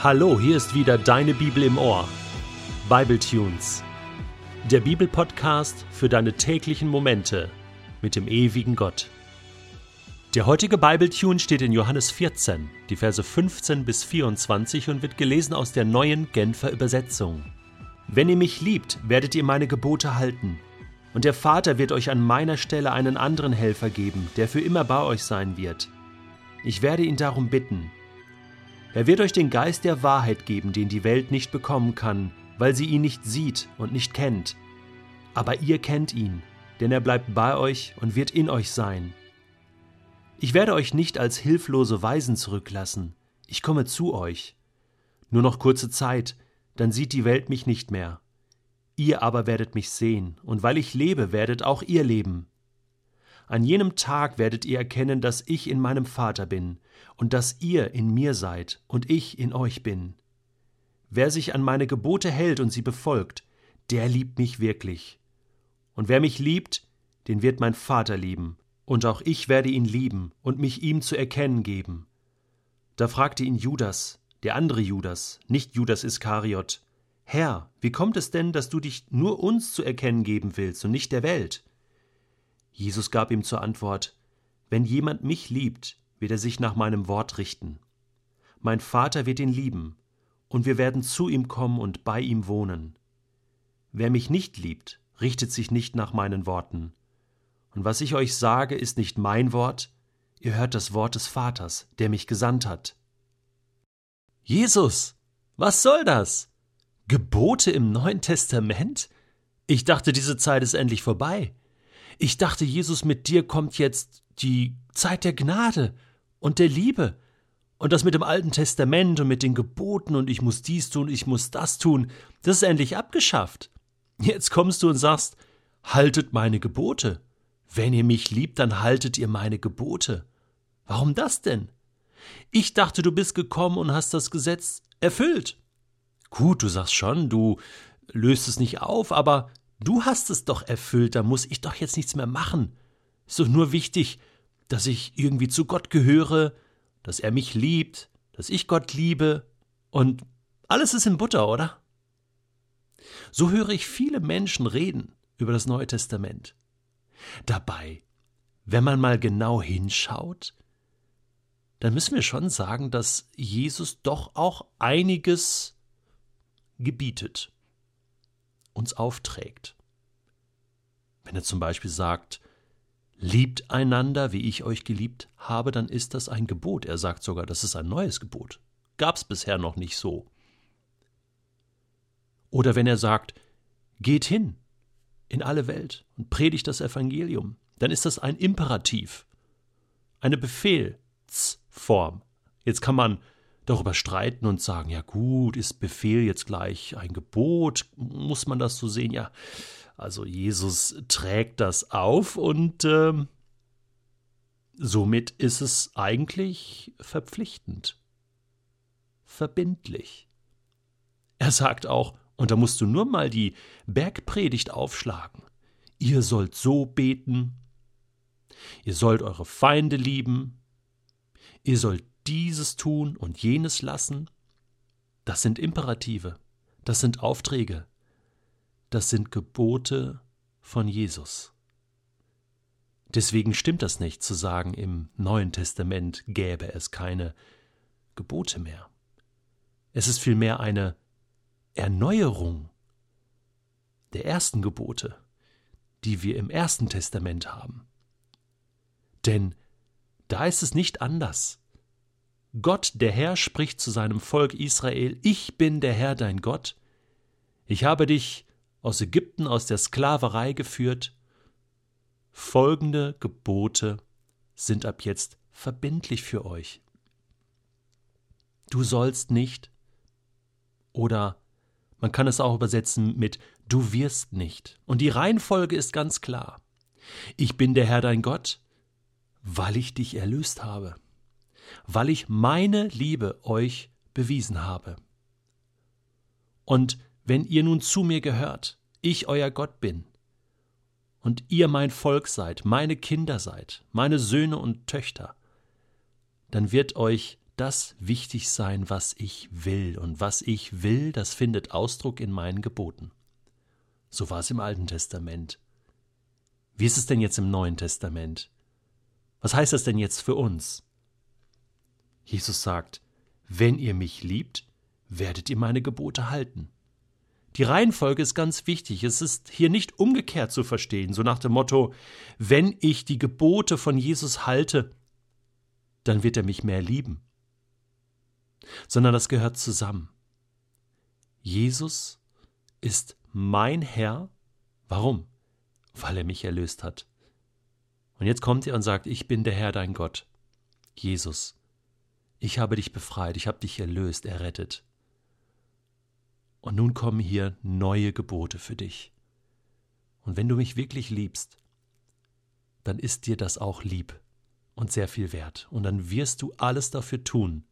Hallo, hier ist wieder deine Bibel im Ohr. Bible Tunes. Der Bibelpodcast für deine täglichen Momente mit dem ewigen Gott. Der heutige Bible Tune steht in Johannes 14, die Verse 15 bis 24 und wird gelesen aus der neuen Genfer Übersetzung. Wenn ihr mich liebt, werdet ihr meine Gebote halten. Und der Vater wird euch an meiner Stelle einen anderen Helfer geben, der für immer bei euch sein wird. Ich werde ihn darum bitten. Er wird euch den Geist der Wahrheit geben, den die Welt nicht bekommen kann, weil sie ihn nicht sieht und nicht kennt. Aber ihr kennt ihn, denn er bleibt bei euch und wird in euch sein. Ich werde euch nicht als hilflose Waisen zurücklassen. Ich komme zu euch. Nur noch kurze Zeit, dann sieht die Welt mich nicht mehr. Ihr aber werdet mich sehen, und weil ich lebe, werdet auch ihr leben. An jenem Tag werdet ihr erkennen, dass ich in meinem Vater bin und dass ihr in mir seid und ich in euch bin. Wer sich an meine Gebote hält und sie befolgt, der liebt mich wirklich. Und wer mich liebt, den wird mein Vater lieben, und auch ich werde ihn lieben und mich ihm zu erkennen geben. Da fragte ihn Judas, der andere Judas, nicht Judas Iskariot: Herr, wie kommt es denn, dass du dich nur uns zu erkennen geben willst und nicht der Welt? Jesus gab ihm zur Antwort: Wenn jemand mich liebt, wird er sich nach meinem Wort richten. Mein Vater wird ihn lieben, und wir werden zu ihm kommen und bei ihm wohnen. Wer mich nicht liebt, richtet sich nicht nach meinen Worten. Und was ich euch sage, ist nicht mein Wort, ihr hört das Wort des Vaters, der mich gesandt hat. Jesus, was soll das? Gebote im Neuen Testament? Ich dachte, diese Zeit ist endlich vorbei. Ich dachte, Jesus, mit dir kommt jetzt die Zeit der Gnade und der Liebe. Und das mit dem Alten Testament und mit den Geboten und ich muss dies tun, ich muss das tun, das ist endlich abgeschafft. Jetzt kommst du und sagst, haltet meine Gebote. Wenn ihr mich liebt, dann haltet ihr meine Gebote. Warum das denn? Ich dachte, du bist gekommen und hast das Gesetz erfüllt. Gut, du sagst schon, du löst es nicht auf, aber du hast es doch erfüllt, da muss ich doch jetzt nichts mehr machen. Ist doch nur wichtig, dass ich irgendwie zu Gott gehöre, dass er mich liebt, dass ich Gott liebe und alles ist in Butter, oder? So höre ich viele Menschen reden über das Neue Testament. Dabei, wenn man mal genau hinschaut, dann müssen wir schon sagen, dass Jesus doch auch einiges gebietet, uns aufträgt. Wenn er zum Beispiel sagt, liebt einander, wie ich euch geliebt habe, dann ist das ein Gebot. Er sagt sogar, das ist ein neues Gebot. Gab es bisher noch nicht so. Oder wenn er sagt, geht hin in alle Welt und predigt das Evangelium, dann ist das ein Imperativ, eine Befehlsform. Jetzt kann man darüber streiten und sagen, ja gut, ist Befehl jetzt gleich ein Gebot? Muss man das so sehen? Ja, also Jesus trägt das auf und somit ist es eigentlich verpflichtend, verbindlich. Er sagt auch, und da musst du nur mal die Bergpredigt aufschlagen, ihr sollt so beten, ihr sollt eure Feinde lieben, ihr sollt dieses tun und jenes lassen. Das sind Imperative, das sind Aufträge, das sind Gebote von Jesus. Deswegen stimmt das nicht zu sagen, im Neuen Testament gäbe es keine Gebote mehr. Es ist vielmehr eine Erneuerung der ersten Gebote, die wir im Ersten Testament haben. Denn da ist es nicht anders. Gott, der Herr, spricht zu seinem Volk Israel: Ich bin der Herr, dein Gott. Ich habe dich aus Ägypten, aus der Sklaverei geführt. Folgende Gebote sind ab jetzt verbindlich für euch. Du sollst nicht, oder man kann es auch übersetzen mit du wirst nicht. Und die Reihenfolge ist ganz klar. Ich bin der Herr, dein Gott, weil ich dich erlöst habe, weil ich meine Liebe euch bewiesen habe. Und wenn ihr nun zu mir gehört, ich euer Gott bin, und ihr mein Volk seid, meine Kinder seid, meine Söhne und Töchter, dann wird euch das wichtig sein, was ich will. Und was ich will, das findet Ausdruck in meinen Geboten. So war es im Alten Testament. Wie ist es denn jetzt im Neuen Testament? Was heißt das denn jetzt für uns? Jesus sagt, wenn ihr mich liebt, werdet ihr meine Gebote halten. Die Reihenfolge ist ganz wichtig. Es ist hier nicht umgekehrt zu verstehen, so nach dem Motto, wenn ich die Gebote von Jesus halte, dann wird er mich mehr lieben. Sondern das gehört zusammen. Jesus ist mein Herr. Warum? Weil er mich erlöst hat. Und jetzt kommt er und sagt, ich bin der Herr, dein Gott. Jesus, ich habe dich befreit, ich habe dich erlöst, errettet. Und nun kommen hier neue Gebote für dich. Und wenn du mich wirklich liebst, dann ist dir das auch lieb und sehr viel wert. Und dann wirst du alles dafür tun,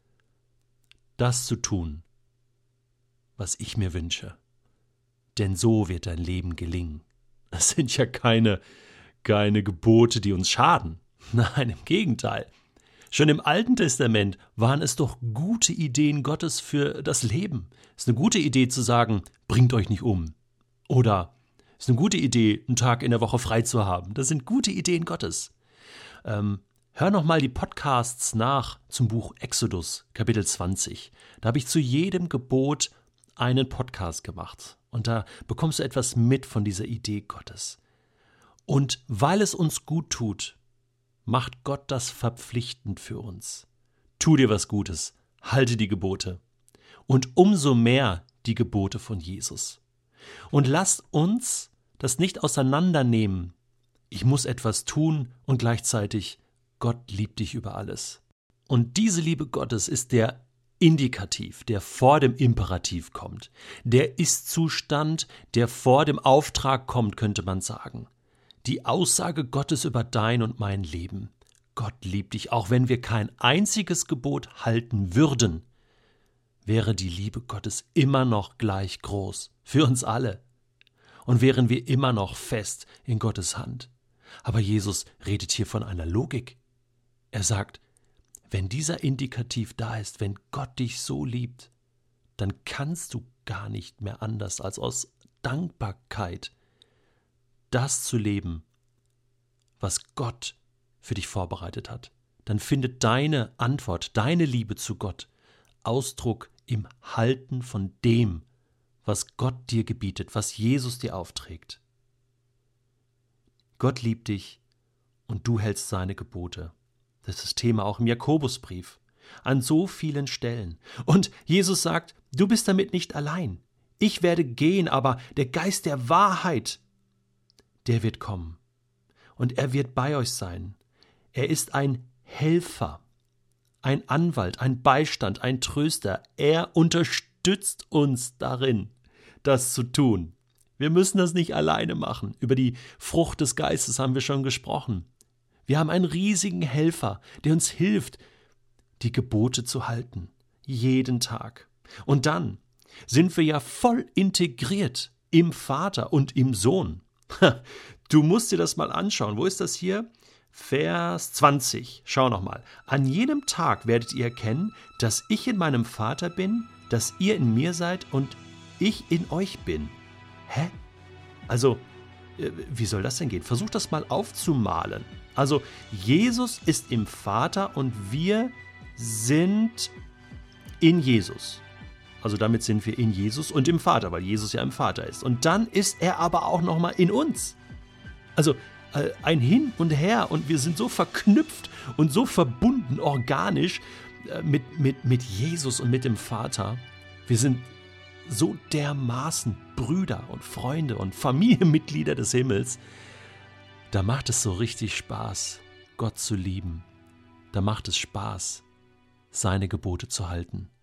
das zu tun, was ich mir wünsche. Denn so wird dein Leben gelingen. Das sind ja keine Gebote, die uns schaden. Nein, im Gegenteil. Schon im Alten Testament waren es doch gute Ideen Gottes für das Leben. Es ist eine gute Idee zu sagen, bringt euch nicht um. Oder es ist eine gute Idee, einen Tag in der Woche frei zu haben. Das sind gute Ideen Gottes. Hör nochmal die Podcasts nach zum Buch Exodus, Kapitel 20. Da habe ich zu jedem Gebot einen Podcast gemacht. Und da bekommst du etwas mit von dieser Idee Gottes. Und weil es uns gut tut, macht Gott das verpflichtend für uns. Tu dir was Gutes, halte die Gebote. Und umso mehr die Gebote von Jesus. Und lasst uns das nicht auseinandernehmen. Ich muss etwas tun und gleichzeitig Gott liebt dich über alles. Und diese Liebe Gottes ist der Indikativ, der vor dem Imperativ kommt. Der Ist-Zustand, der vor dem Auftrag kommt, könnte man sagen. Die Aussage Gottes über dein und mein Leben. Gott liebt dich, auch wenn wir kein einziges Gebot halten würden, wäre die Liebe Gottes immer noch gleich groß, für uns alle. Und wären wir immer noch fest in Gottes Hand. Aber Jesus redet hier von einer Logik. Er sagt, wenn dieser Indikativ da ist, wenn Gott dich so liebt, dann kannst du gar nicht mehr anders als aus Dankbarkeit das zu leben, was Gott für dich vorbereitet hat. Dann findet deine Antwort, deine Liebe zu Gott Ausdruck im Halten von dem, was Gott dir gebietet, was Jesus dir aufträgt. Gott liebt dich und du hältst seine Gebote. Das ist das Thema auch im Jakobusbrief, an so vielen Stellen. Und Jesus sagt, du bist damit nicht allein. Ich werde gehen, aber der Geist der Wahrheit, der wird kommen. Und er wird bei euch sein. Er ist ein Helfer, ein Anwalt, ein Beistand, ein Tröster. Er unterstützt uns darin, das zu tun. Wir müssen das nicht alleine machen. Über die Frucht des Geistes haben wir schon gesprochen. Wir haben einen riesigen Helfer, der uns hilft, die Gebote zu halten. Jeden Tag. Und dann sind wir ja voll integriert im Vater und im Sohn. Du musst dir das mal anschauen. Wo ist das hier? Vers 20. Schau nochmal. An jenem Tag werdet ihr erkennen, dass ich in meinem Vater bin, dass ihr in mir seid und ich in euch bin. Hä? Also, wie soll das denn gehen? Versuch das mal aufzumalen. Also, Jesus ist im Vater und wir sind in Jesus. Also damit sind wir in Jesus und im Vater, weil Jesus ja im Vater ist. Und dann ist er aber auch nochmal in uns. Also ein Hin und Her und wir sind so verknüpft und so verbunden organisch mit Jesus und mit dem Vater. Wir sind so dermaßen Brüder und Freunde und Familienmitglieder des Himmels. Da macht es so richtig Spaß, Gott zu lieben. Da macht es Spaß, seine Gebote zu halten.